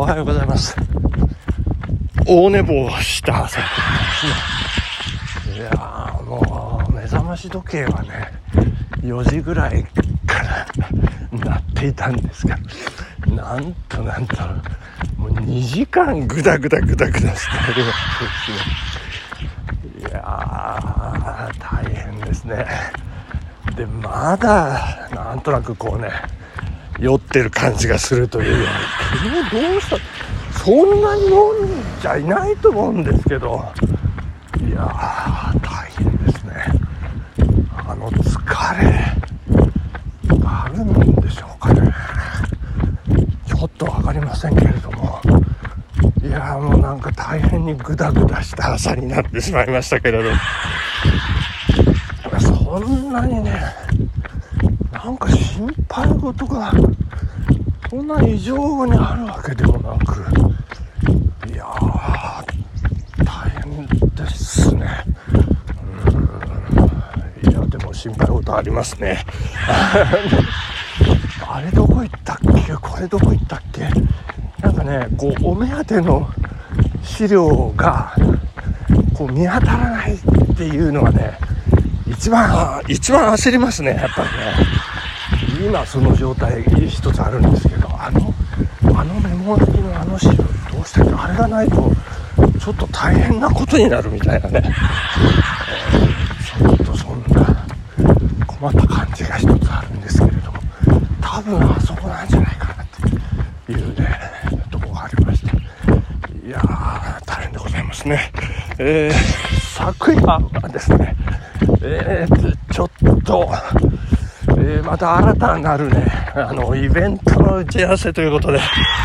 おはようございます。大寝坊した朝ですね。いやー、もう目覚まし時計はね4時ぐらいから鳴っていたんですが、なんともう2時間グダグダしておりますですね。いやー、大変ですね。でまだなんとなくこうね酔ってる感じがするというより、昨日どうしたそんなに飲んじゃいないと思うんですけど、いやー大変ですね。疲れがあるんでしょうかね。ちょっと分かりませんけれども、いやーもうなんか大変にグダグダした朝になってしまいましたけれど、そんなにねなんか心配事がそんな異常にあるわけでもなく、いやー大変ですね。いやでも心配事ありますね。あれどこ行ったっけ、これどこ行ったっけ、なんかねこうお目当ての資料がこう見当たらないっていうのがね一番焦りますね。やっぱりね今その状態一つあるんですけど、あのメモ書きのあの資料どうしたっけ、あれがないとちょっと大変なことになるみたいなね、ちょっとそんな困った感じが一つあるんですけれども、多分あそこなんじゃないかなっていうねところがありまして、いやー大変でございますね。昨夜はですね、ちょっとまた新たなるねイベントの打ち合わせということで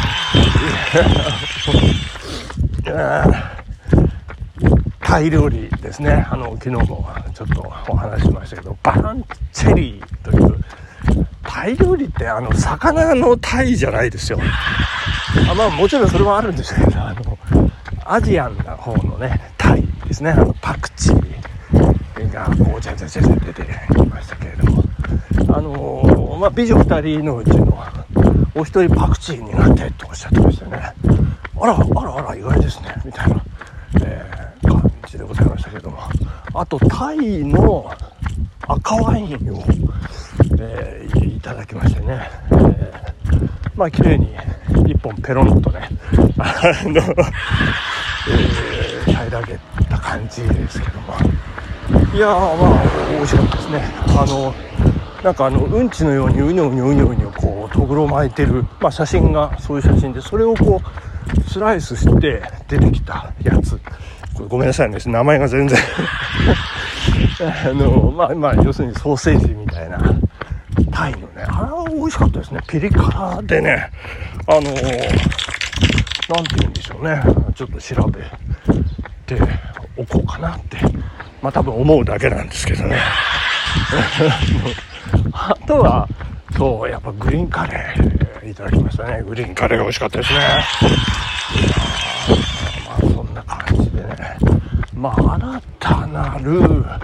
タイ料理ですね。昨日もちょっとお話ししましたけど、バンチェリーというタイ料理って魚のタイじゃないですよ。まあもちろんそれもあるんですけど、アジアンな方のねタイですね。パクチーがこうジャジャジャジャ出てきましたけれども、美女2人のうちのお一人パクチー苦手とおっしゃってましたね。あら意外ですねみたいな、感じでございましたけども、あとタイの赤ワインを、いただきましてね、綺麗に一本ペロンとね平らげた感じですけども、いや美味しかったですね。なんかうんちのようにうにょうにょこうとぐろ巻いてる、写真がそういう写真で、それをこうスライスして出てきたやつ、これごめんなさいね名前が全然要するにソーセージみたいなタイのね、あれは美味しかったですね。ピリ辛でね、なんて言うんでしょうね、ちょっと調べておこうかなって多分思うだけなんですけどねあとはそうやっぱグリーンカレーいただきましたね。グリーンカレーが美味しかったですね。そんな感じでね、新たなる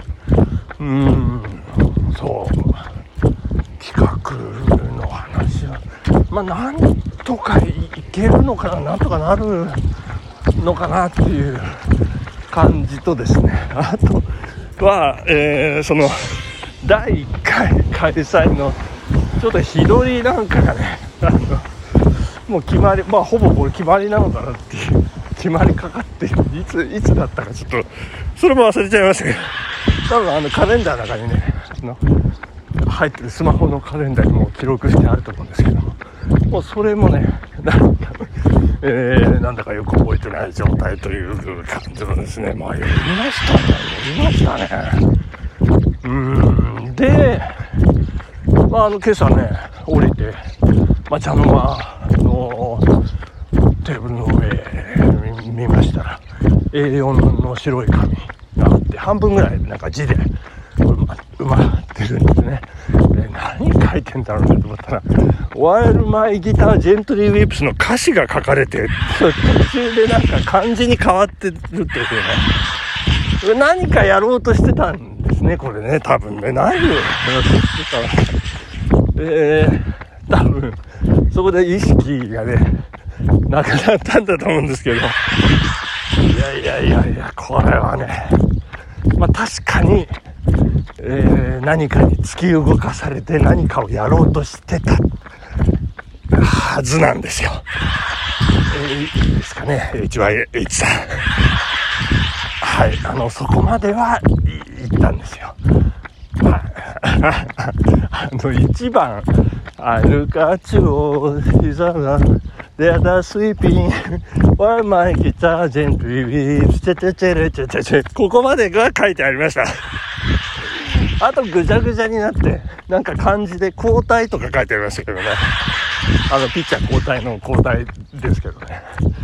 そう企画の話はなんとかいけるのかな、なんとかなるのかなっていう感じとですね、あとは、その第1回開催のちょっと日取りなんかがねもう決まり、ほぼこれ決まりなのかなっていう決まりかかっていつだったかちょっとそれも忘れちゃいましたけど、多分カレンダーの中にね入ってるスマホのカレンダーにも記録してあると思うんですけどもうそれもねなんだかよく覚えてない状態という感じのですね。読みましたね。で今朝ね降りて茶の間のテーブルの上見ましたら A4 の白い紙があって、半分ぐらいなんか字で埋まってるんですね。で何書いてんだろうなと思ったら、 While my guitar gently weeps の歌詞が書かれて途中でなんか漢字に変わってるっていうね、何かやろうとしてたんですねこれね。多分ね何をやろうとしてた多分そこで意識がねなくなったんだと思うんですけど、いやこれはね、まあ確かに、何かに突き動かされて何かをやろうとしてたはずなんですよ。いいですかね、HYH さん。はい、そこまでは言ったんですよ。1番、ルカチュオ、膝が、で、スイーピン、ワンマイギター、ジェントリー、ウィー、チェチェチェレチェチェチェ、ここまでが書いてありました。あとぐちゃぐちゃになって、なんか漢字で交代とか書いてありましたけどね。ピッチャー交代の交代ですけどね。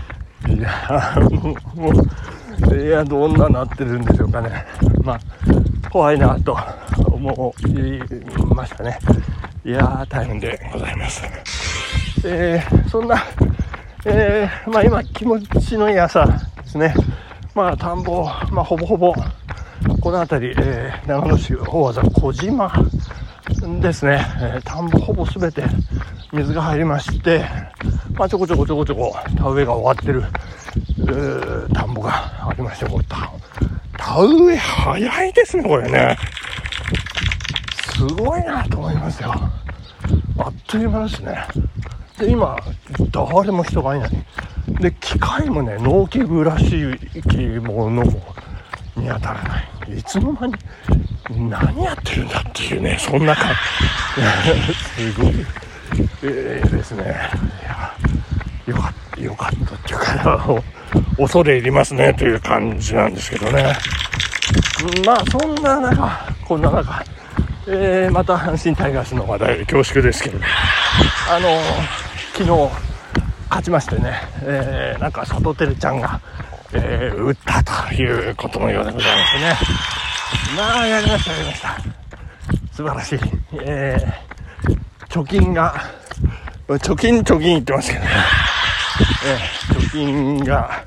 いや、どんななってるんでしょうかね。まあ、怖いなと思いましたね。いやー、大変でございます。そんな、まあ今気持ちのいい朝ですね。まあ田んぼ、まあほぼほぼこの辺り、長野市大和小島ですね。田んぼほぼすべて水が入りまして、まあちょこちょこ田植えが終わってる田んぼがありまして、田植え早いですね、これね。すごいなと思いますよ。あっという間ですね。で、今誰も人がいない。で、機械もね、農機具らしいものも見当たらない。いつの間に何やってるんだっていうね、そんな感じ。すごい、ですね。いや、よかったっていうか、恐れ入りますねという感じなんですけどね。まあそんな中、こんな中、また阪神タイガースの話題で恐縮ですけど、昨日勝ちましてね、なんか佐藤輝ちゃんが、打ったということのようでございますね。まあやりました素晴らしい。貯金言ってますけどね、貯金が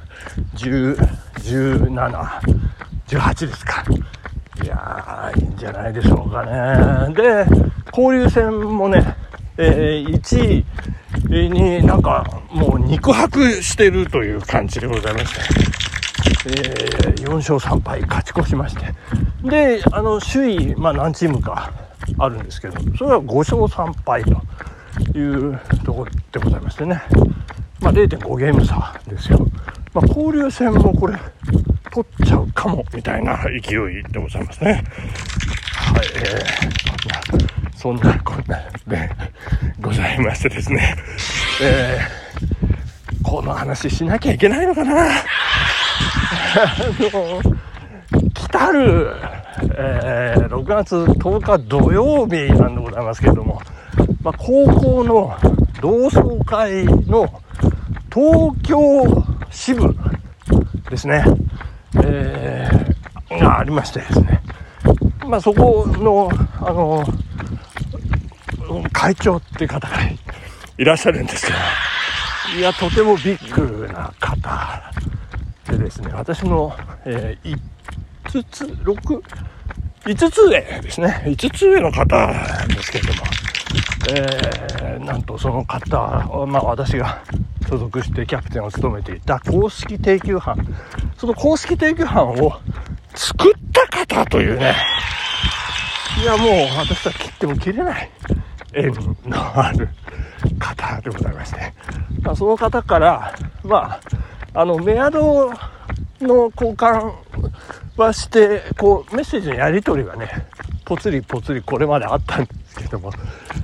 17、18ですか。いやー、いいんじゃないでしょうかね。で、交流戦もね、1位になんかもう肉薄してるという感じでございまして、4勝3敗勝ち越しまして、で、首位、まあ何チームかあるんですけど、それは5勝3敗というところでございましてね、まあ 0.5 ゲーム差ですよ。まあ交流戦もこれ取っちゃうかもみたいな勢いでございますね。はい、そんなこんなでございましてですね、この話しなきゃいけないのかな。来たる、6月10日土曜日なんでございますけれども、まあ、高校の同窓会の東京支部ですね、がありましてですね、まあそこの会長っていう方がいらっしゃるんですけど、いやとてもビッグな方でですね、私の、5つ上ですね、5つ上の方なんですけれども、なんとその方、まあ私が所属してキャプテンを務めていた公式定休班、その公式定休班を作った方というね、いやもう私は切っても切れない縁のある方でございまして、まあ、その方からまあメアドの交換はしてこうメッセージのやり取りがねぽつりぽつりこれまであったんですけども、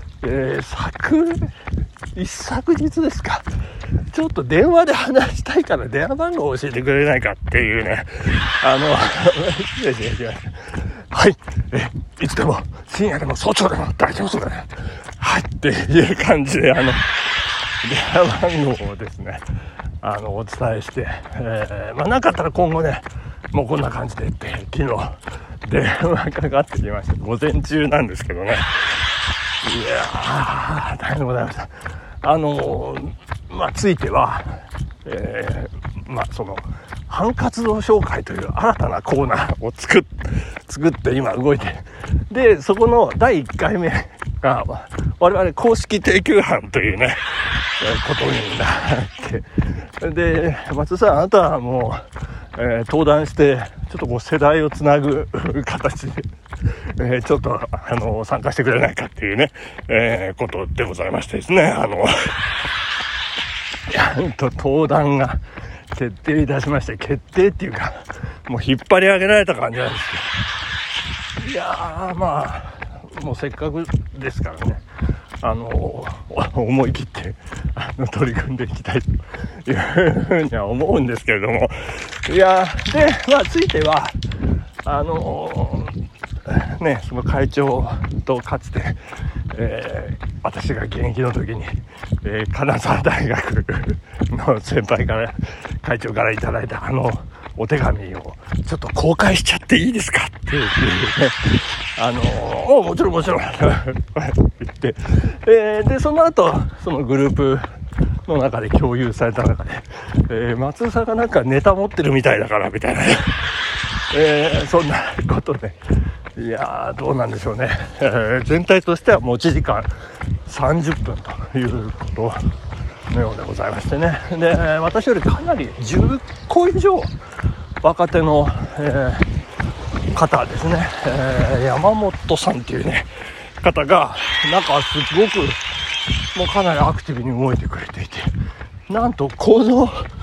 一昨日ですか、ちょっと電話で話したいから電話番号を教えてくれないかっていうね、はい、いつでも深夜でも早朝でも大丈夫だね、はいっていう感じで電話番号をですねお伝えして、まあなかったら今後ねもうこんな感じでって昨日電話かかってきました。午前中なんですけどね、いやー大変でございました。まあついては、まあその反活動紹介という新たなコーナーを作って今動いて、でそこの第1回目が我々公式定休班というね、ことになって、で、松田さん、あなたはもう、登壇して、ちょっとこう世代をつなぐ形で、ちょっと、参加してくれないかっていうね、ことでございましてですね、登壇が決定いたしまして、決定っていうか、もう引っ張り上げられた感じなんですけど、いやー、まあ、もうせっかくですからね、思い切って取り組んでいきたいというふうには思うんですけれども、いやで、まあついてはね、その会長とかつて、私が現役の時に、金沢大学の先輩から会長からいただいたお手紙をちょっと公開しちゃっていいですかっていうね、もちろん言って、でその後そのグループの中で共有された中で、松尾さんがなんかネタ持ってるみたいだからみたいな、そんなことで、いやーどうなんでしょうね、全体としては持ち時間30分ということのようでございましてね。で、私よりかなり10個以上若手の、方ですね、山本さんっていうね方がなんかすごくもうかなりアクティブに動いてくれていて、なんとこの、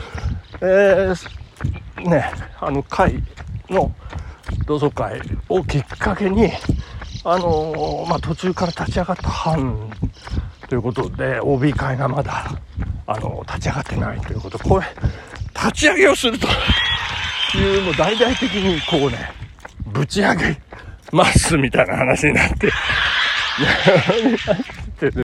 会の同窓会をきっかけに途中から立ち上がった班ということで OB 会がまだ立ち上がってないということ、これ立ち上げをするというもう大々的にこうねぶち上げますみたいな話になって